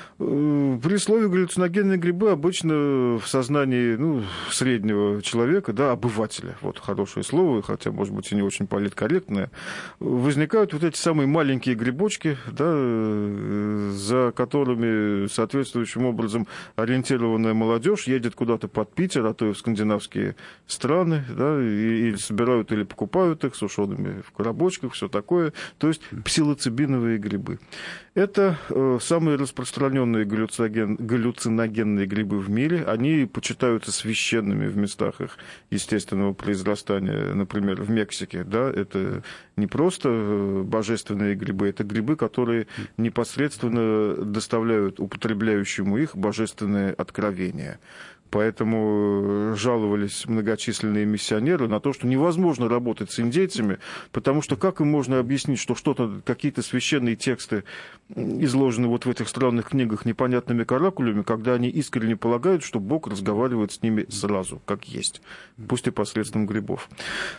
Speaker 3: При слове галлюциногенные грибы обычно в сознании среднего человека, да, обывателя, вот хорошее слово, хотя, может быть, и не очень политкорректное, возникают вот эти самые маленькие грибочки, да, за которыми соответствующим образом ориентированная молодежь едет куда-то под Питер, а то и в скандинавские страны, да, и собирают или покупают их сушеными в коробочках, все такое. То есть псилоцибиновые грибы. Это самые распространенные галлюциногенные грибы в мире. Они почитаются священными в местах их естественного произрастания, например, в Мексике. Да, это не просто божественные грибы, это грибы, которые непосредственно доставляют употребляющему их божественное откровение. Поэтому жаловались многочисленные миссионеры на то, что невозможно работать с индейцами, потому что как им можно объяснить, что какие-то священные тексты изложены вот в этих странных книгах непонятными каракулями, когда они искренне полагают, что Бог разговаривает с ними сразу, как есть, пусть и посредством грибов.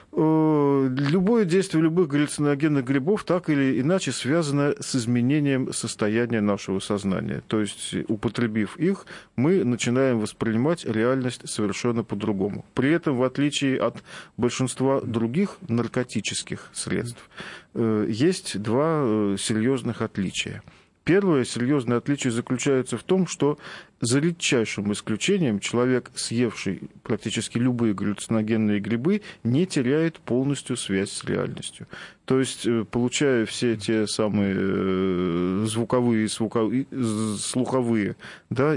Speaker 3: Любое действие любых галлюциногенных грибов так или иначе связано с изменением состояния нашего сознания. То есть, употребив их, мы начинаем воспринимать реальность совершенно по-другому. При этом, в отличие от большинства других наркотических средств, есть два серьезных отличия. Первое серьезное отличие заключается в том, что за редчайшим исключением человек, съевший практически любые галлюциногенные грибы, не теряет полностью связь с реальностью. То есть, получая все те самые звуковые, слуховые, да,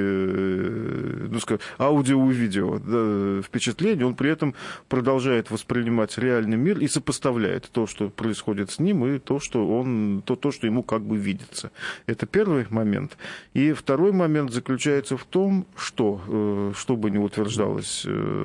Speaker 3: и аудио и видео, да, впечатления, он при этом продолжает воспринимать реальный мир и сопоставляет то, что происходит с ним, и то, что ему как бы видится. Это первый момент. И второй момент заключается в том, что бы ни утверждалось,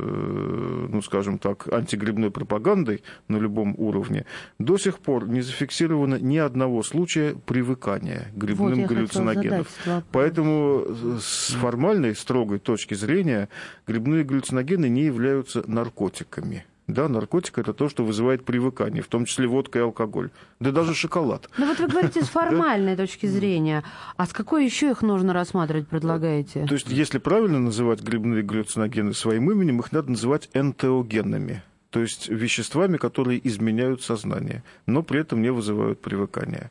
Speaker 3: скажем так, антигрибной пропагандой на любом уровне, до сих пор не зафиксировано ни одного случая привыкания к грибным галлюциногенам. Поэтому с формальной, строгой точки зрения грибные галлюциногены не являются наркотиками. Да, наркотик – это то, что вызывает привыкание, в том числе водка и алкоголь. Да даже шоколад.
Speaker 2: Ну вот вы говорите с формальной точки зрения. А с какой еще их нужно рассматривать, предлагаете?
Speaker 3: То есть, если правильно называть грибные галлюциногены своим именем, их надо называть энтеогенными. То есть веществами, которые изменяют сознание, но при этом не вызывают привыкания.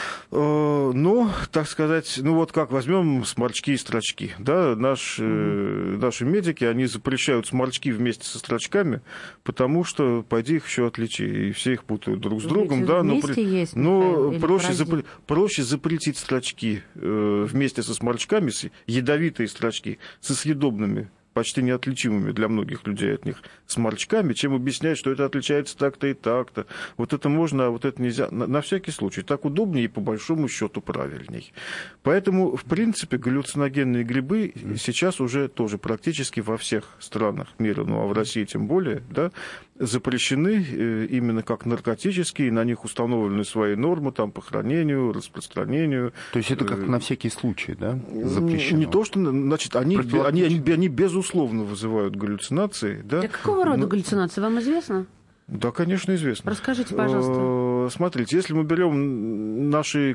Speaker 3: Но, так сказать, как возьмем сморчки и строчки. Да, наши медики, они запрещают сморчки вместе со строчками, потому что, пойди их еще отличи, и все их путают друг с другом. Да, но проще запретить строчки вместе со сморчками, ядовитые строчки, со съедобными почти неотличимыми для многих людей от них сморчками, чем объяснять, что это отличается так-то и так-то. Вот это можно, а вот это нельзя. На всякий случай. Так удобнее и по большому счету правильней. Поэтому, в принципе, галлюциногенные грибы сейчас уже тоже практически во всех странах мира, ну а в России тем более, да, запрещены именно как наркотические, на них установлены свои нормы там, по хранению, распространению.
Speaker 4: То есть это как на всякий случай, да, запрещено?
Speaker 3: Не то, что, значит, они безусловно вызывают галлюцинации. Да?
Speaker 2: Да какого рода галлюцинации, вам известно?
Speaker 3: Да, конечно, известно.
Speaker 2: Расскажите, пожалуйста.
Speaker 3: Смотрите, если мы берем наши,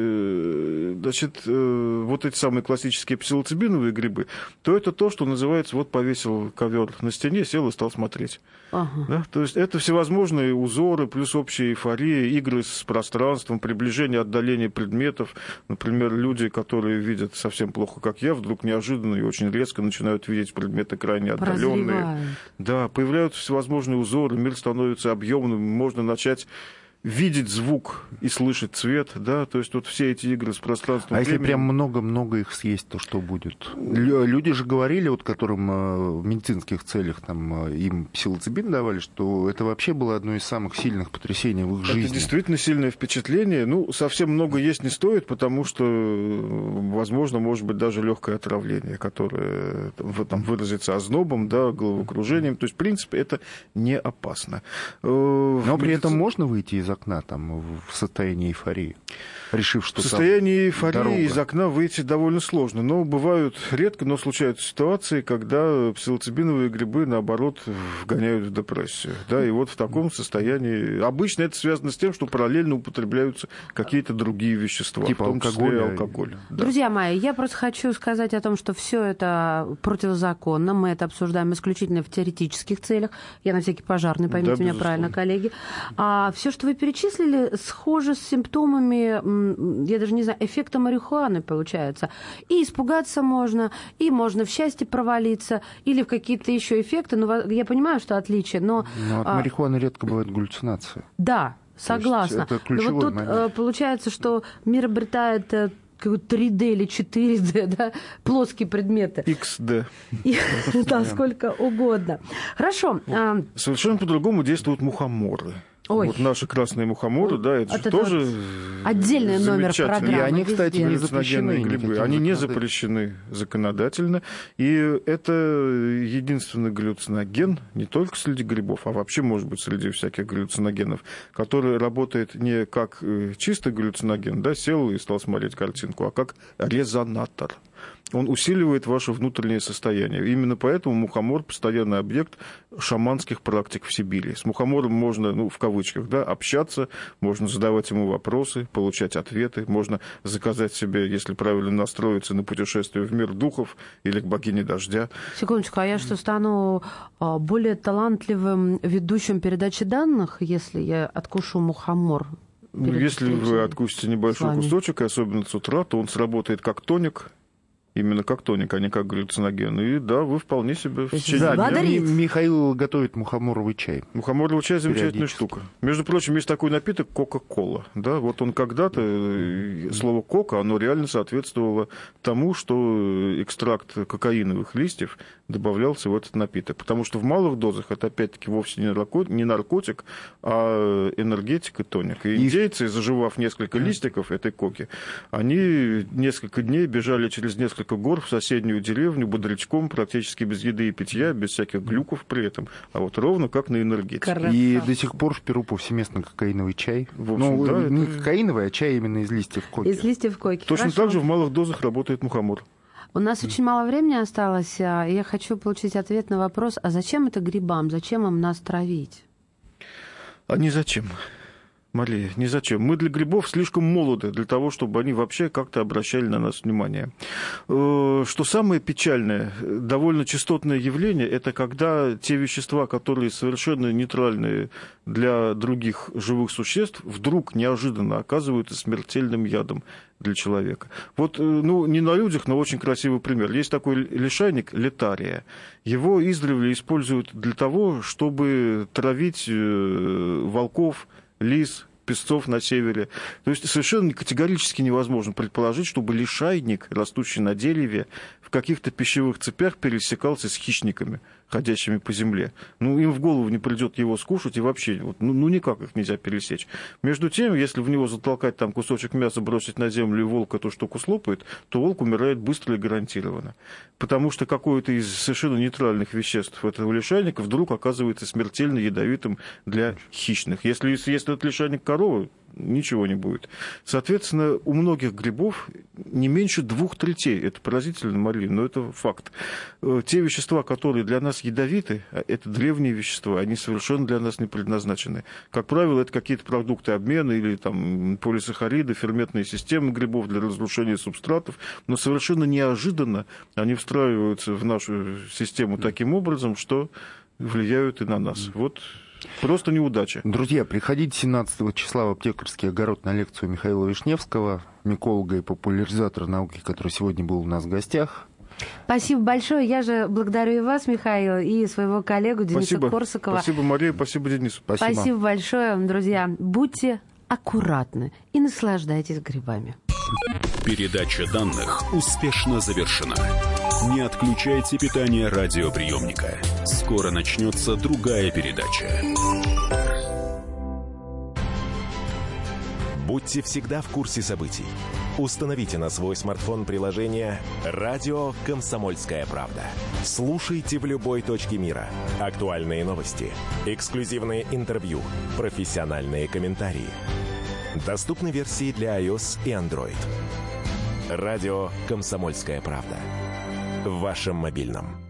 Speaker 3: значит, вот эти самые классические псилоцибиновые грибы, то это то, что называется, вот повесил ковер на стене, сел и стал смотреть.
Speaker 2: Ага.
Speaker 3: Да? То есть это всевозможные узоры, плюс общая эйфория, игры с пространством, приближение, отдаление предметов. Например, люди, которые видят совсем плохо, как я, вдруг неожиданно и очень резко начинают видеть предметы крайне отдаленные. Да, появляются всевозможные узоры, мир становится объемным, можно начать видеть звук и слышать цвет, да, то есть вот все эти игры с пространством.
Speaker 4: А если прям много-много их съесть, то что будет? Люди же говорили, вот которым в медицинских целях там, им псилоцибин давали, что это вообще было одно из самых сильных потрясений в их жизни.
Speaker 3: Это действительно сильное впечатление. Ну, совсем много есть не стоит, потому что, возможно, может быть даже легкое отравление, которое там выразится ознобом, да, головокружением. То есть, в принципе, это не опасно.
Speaker 4: Но при этом можно выйти из окна там, в состоянии эйфории, решив, что
Speaker 3: в состоянии эйфории
Speaker 4: дорога.
Speaker 3: Из окна выйти довольно сложно. Но бывают редко, но случаются ситуации, когда псилоцибиновые грибы, наоборот, вгоняют в депрессию. Да, и вот в таком состоянии... Обычно это связано с тем, что параллельно употребляются какие-то другие вещества,
Speaker 4: типа
Speaker 3: в том числе и алкоголь. Да.
Speaker 2: Друзья мои, я просто хочу сказать о том, что все это противозаконно. Мы это обсуждаем исключительно в теоретических целях. Я на всякий пожарный, поймите
Speaker 3: да,
Speaker 2: меня правильно, коллеги. А все, что вы перечислили, схоже с симптомами, я даже не знаю, эффекта марихуаны получается. И испугаться можно, и можно в счастье провалиться, или в какие-то еще эффекты. Но я понимаю, что отличие, но...
Speaker 4: от марихуаны редко бывают галлюцинации.
Speaker 2: Да, согласна.
Speaker 4: Это ключевой
Speaker 2: но вот тут
Speaker 4: момент.
Speaker 2: Получается, что мир обретает... 3D или 4D, да, плоские предметы.
Speaker 3: XD.
Speaker 2: Да, сколько угодно. Хорошо.
Speaker 3: Совершенно по-другому действуют мухоморы.
Speaker 2: Ой.
Speaker 3: Вот наши красные мухоморы, да, это же тоже
Speaker 2: отдельный номер программы.
Speaker 4: И они, кстати, не
Speaker 3: запрещены грибы. Они не запрещены законодательно. И это единственный галлюциноген, не только среди грибов, а вообще, может быть, среди всяких галлюциногенов, который работает не как чистый галлюциноген, да, сел и стал смотреть картинку, а как резонатор. Он усиливает ваше внутреннее состояние. Именно поэтому мухомор – постоянный объект шаманских практик в Сибири. С мухомором можно, ну, в кавычках, да, общаться, можно задавать ему вопросы, получать ответы, можно заказать себе, если правильно настроиться, на путешествие в мир духов или к богине дождя.
Speaker 2: Секундочку, а я что, стану более талантливым ведущим передачи данных, если я откушу мухомор?
Speaker 3: Если вы откусите небольшой кусочек, и особенно с утра, то он сработает как тоник, именно как тоник, а не как галлюциноген. И да, вы вполне себе в течение
Speaker 2: дня...
Speaker 4: Михаил готовит мухоморовый чай.
Speaker 3: Мухоморовый чай – замечательная штука. Между прочим, есть такой напиток Кока-Кола. Да? Вот он когда-то, слово «кока», оно реально соответствовало тому, что экстракт кокаиновых листьев добавлялся в этот напиток. Потому что в малых дозах это, опять-таки, вовсе не наркотик, а энергетик и тоник. И индейцы, заживав несколько листиков этой коки, они несколько дней бежали через несколько гор в соседнюю деревню бодрячком, практически без еды и питья, без всяких глюков при этом, а вот ровно как на энергетике.
Speaker 4: И до сих пор в Перу повсеместно кокаиновый чай.
Speaker 3: В общем, да,
Speaker 4: не кокаиновый, а чай именно из листьев коки.
Speaker 2: Из листьев коки.
Speaker 3: Точно так же в малых дозах работает мухомор.
Speaker 2: У нас очень мало времени осталось, и я хочу получить ответ на вопрос, а зачем это грибам, зачем им нас травить?
Speaker 3: А не зачем. Мария, ни зачем. Мы для грибов слишком молоды для того, чтобы они вообще как-то обращали на нас внимание. Что самое печальное, довольно частотное явление, это когда те вещества, которые совершенно нейтральные для других живых существ, вдруг неожиданно оказываются смертельным ядом для человека. Вот, ну, не на людях, но очень красивый пример. Есть такой лишайник летария. Его издревле используют для того, чтобы травить волков, лис, песцов на севере. То есть совершенно категорически невозможно предположить, чтобы лишайник, растущий на дереве, в каких-то пищевых цепях пересекался с хищниками, ходящими по земле. Им в голову не придет его скушать, и вообще, никак их нельзя пересечь. Между тем, если в него затолкать там кусочек мяса, бросить на землю, и волк эту штуку слопает, то волк умирает быстро и гарантированно. Потому что какое-то из совершенно нейтральных веществ этого лишайника вдруг оказывается смертельно ядовитым для хищных. Если съест этот лишайник коровы, ничего не будет. Соответственно, у многих грибов не меньше 2/3. Это поразительно, Марин, но это факт. Те вещества, которые для нас ядовиты, это древние вещества, они совершенно для нас не предназначены. Как правило, это какие-то продукты обмена или там полисахариды, ферментные системы грибов для разрушения субстратов, но совершенно неожиданно они встраиваются в нашу систему таким образом, что влияют и на нас. Просто неудача.
Speaker 4: Друзья, приходите 17 числа в Аптекарский огород на лекцию Михаила Вишневского, миколога и популяризатора науки, который сегодня был у нас в гостях.
Speaker 2: Спасибо большое. Я же благодарю и вас, Михаил, и своего коллегу Дениса Корсакова.
Speaker 3: Спасибо, Мария, спасибо, Денис.
Speaker 2: Спасибо большое, друзья. Будьте аккуратны и наслаждайтесь грибами.
Speaker 1: Передача данных успешно завершена. Не отключайте питание радиоприемника. Скоро начнется другая передача.
Speaker 9: Будьте всегда в курсе событий. Установите на свой смартфон приложение «Радио Комсомольская правда». Слушайте в любой точке мира. Актуальные новости, эксклюзивные интервью, профессиональные комментарии. Доступны версии для iOS и Android. Радио «Комсомольская правда». В вашем мобильном.